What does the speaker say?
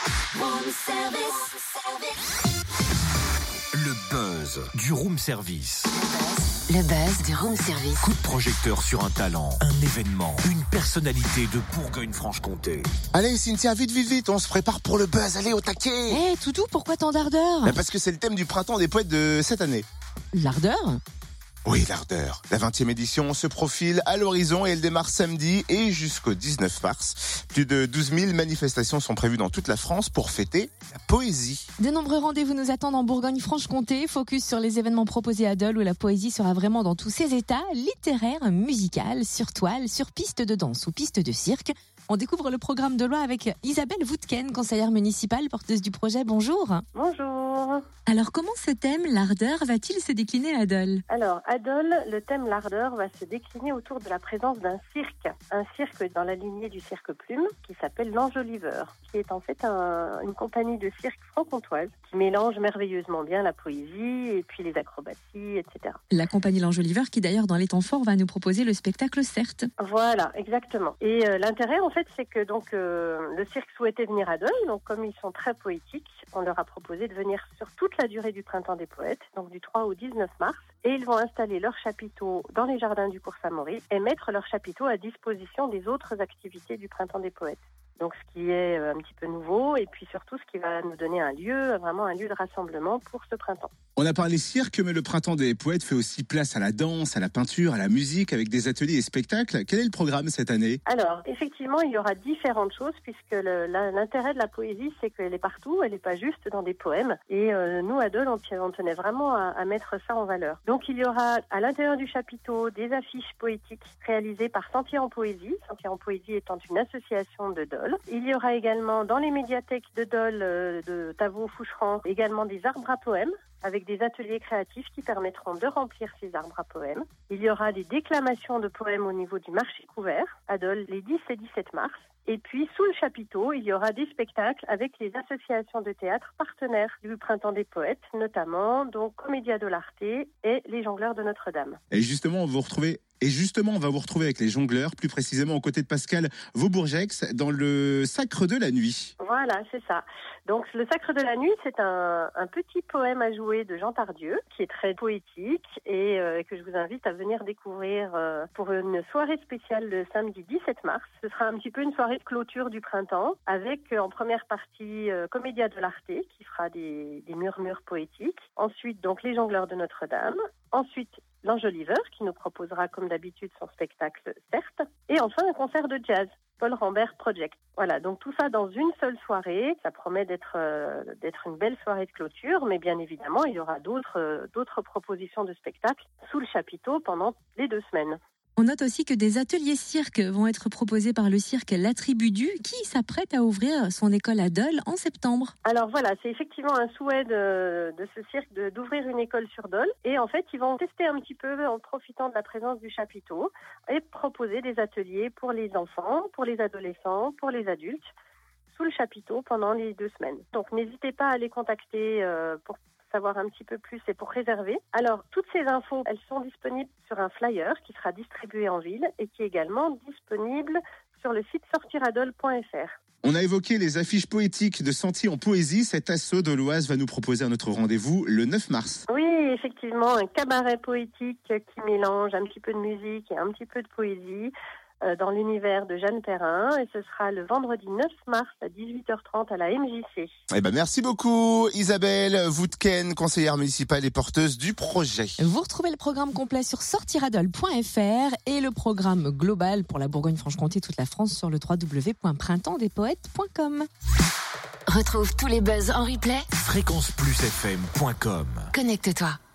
Room service. Le buzz du room service. Le buzz du room service. Coup de projecteur sur un talent, un événement, une personnalité de Bourgogne-Franche-Comté. Allez Cynthia, vite, on se prépare pour le buzz, allez au taquet. Hé, Toutou, pourquoi tant d'ardeur? Parce que c'est le thème du printemps des poètes de cette année. L'ardeur? Oui, l'ardeur. La 20e édition se profile à l'horizon et elle démarre samedi et jusqu'au 19 mars. Plus de 12 000 manifestations sont prévues dans toute la France pour fêter la poésie. De nombreux rendez-vous nous attendent en Bourgogne-Franche-Comté. Focus sur les événements proposés à Dole où la poésie sera vraiment dans tous ses états, littéraire, musical, sur toile, sur piste de danse ou piste de cirque. On découvre le programme de loi avec Isabelle Voutken, conseillère municipale, porteuse du projet. Bonjour. Bonjour. Alors comment ce thème, l'ardeur, va-t-il se décliner à Dole? Alors, à Dole, le thème l'ardeur va se décliner autour de la présence d'un cirque. Un cirque dans la lignée du cirque Plume qui s'appelle l'Enjoliveur, qui est en fait une compagnie de cirque franc-comtoise qui mélange merveilleusement bien la poésie et puis les acrobaties, etc. La compagnie l'Enjoliveur qui d'ailleurs dans les temps forts va nous proposer le spectacle Certes. Voilà, exactement. Et l'intérêt en fait c'est que donc le cirque souhaitait venir à Dole, donc comme ils sont très poétiques, on leur a proposé de venir sur toute la durée du printemps des poètes, donc du 3 au 19 mars, et ils vont installer leur chapiteau dans les jardins du cours Saint-Maurice et mettre leur chapiteau à disposition des autres activités du printemps des poètes. Donc ce qui est un petit peu nouveau et puis surtout ce qui va nous donner vraiment un lieu de rassemblement pour ce printemps. On a parlé cirque, mais le printemps des poètes fait aussi place à la danse, à la peinture, à la musique, avec des ateliers et spectacles. Quel est le programme cette année? Alors, effectivement, il y aura différentes choses, puisque l'intérêt de la poésie, c'est qu'elle est partout, elle n'est pas juste dans des poèmes. Et nous, à Dole, on tenait vraiment à mettre ça en valeur. Donc, il y aura à l'intérieur du chapiteau des affiches poétiques réalisées par Sentier en Poésie. Sentier en Poésie étant une association de Dole. Il y aura également dans les médiathèques de Dole, de Tavaux-Foucheran, également des arbres à poèmes, avec des ateliers créatifs qui permettront de remplir ces arbres à poèmes. Il y aura des déclamations de poèmes au niveau du marché couvert à Dole les 10 et 17 mars. Et puis, sous le chapiteau, il y aura des spectacles avec les associations de théâtre partenaires du Printemps des Poètes, notamment donc Commedia dell'arte et les Jongleurs de Notre-Dame. Et justement, on va vous retrouver avec les jongleurs, plus précisément aux côtés de Pascal Vaubourgex, dans le Sacre de la Nuit. Voilà, c'est ça. Donc, le Sacre de la Nuit, c'est un petit poème à jouer de Jean Tardieu, qui est très poétique et que je vous invite à venir découvrir pour une soirée spéciale le samedi 17 mars. Ce sera un petit peu une soirée de clôture du printemps, avec en première partie Commedia dell'arte, qui fera des murmures poétiques. Ensuite, donc, les Jongleurs de Notre-Dame. Ensuite, l'Enjoliveur, qui nous proposera, comme d'habitude, son spectacle Certes. Et enfin, un concert de jazz, Paul Rambert Project. Voilà, donc tout ça dans une seule soirée. Ça promet d'être une belle soirée de clôture, mais bien évidemment, il y aura d'autres propositions de spectacles sous le chapiteau pendant les 2 semaines. On note aussi que des ateliers cirque vont être proposés par le cirque La Tribu du, qui s'apprête à ouvrir son école à Dole en septembre. Alors voilà, c'est effectivement un souhait de ce cirque d'ouvrir une école sur Dole. Et en fait, ils vont tester un petit peu en profitant de la présence du chapiteau et proposer des ateliers pour les enfants, pour les adolescents, pour les adultes, sous le chapiteau pendant les 2 semaines. Donc n'hésitez pas à les contacter pour savoir un petit peu plus et pour réserver. Alors, toutes ces infos, elles sont disponibles sur un flyer qui sera distribué en ville et qui est également disponible sur le site sortiradole.fr. On a évoqué les affiches poétiques de Sentier en Poésie. Cet asso doloise va nous proposer un autre rendez-vous le 9 mars. Oui, effectivement, un cabaret poétique qui mélange un petit peu de musique et un petit peu de poésie dans l'univers de Jeanne Perrin, et ce sera le vendredi 9 mars à 18h30 à la MJC. Merci beaucoup Isabelle Voutken, conseillère municipale et porteuse du projet. Vous retrouvez le programme complet sur sortiradole.fr et le programme global pour la Bourgogne-Franche-Comté et toute la France sur le www.printemps-des-poètes.com. Retrouve tous les buzz en replay. fréquenceplusfm.com. Connecte-toi.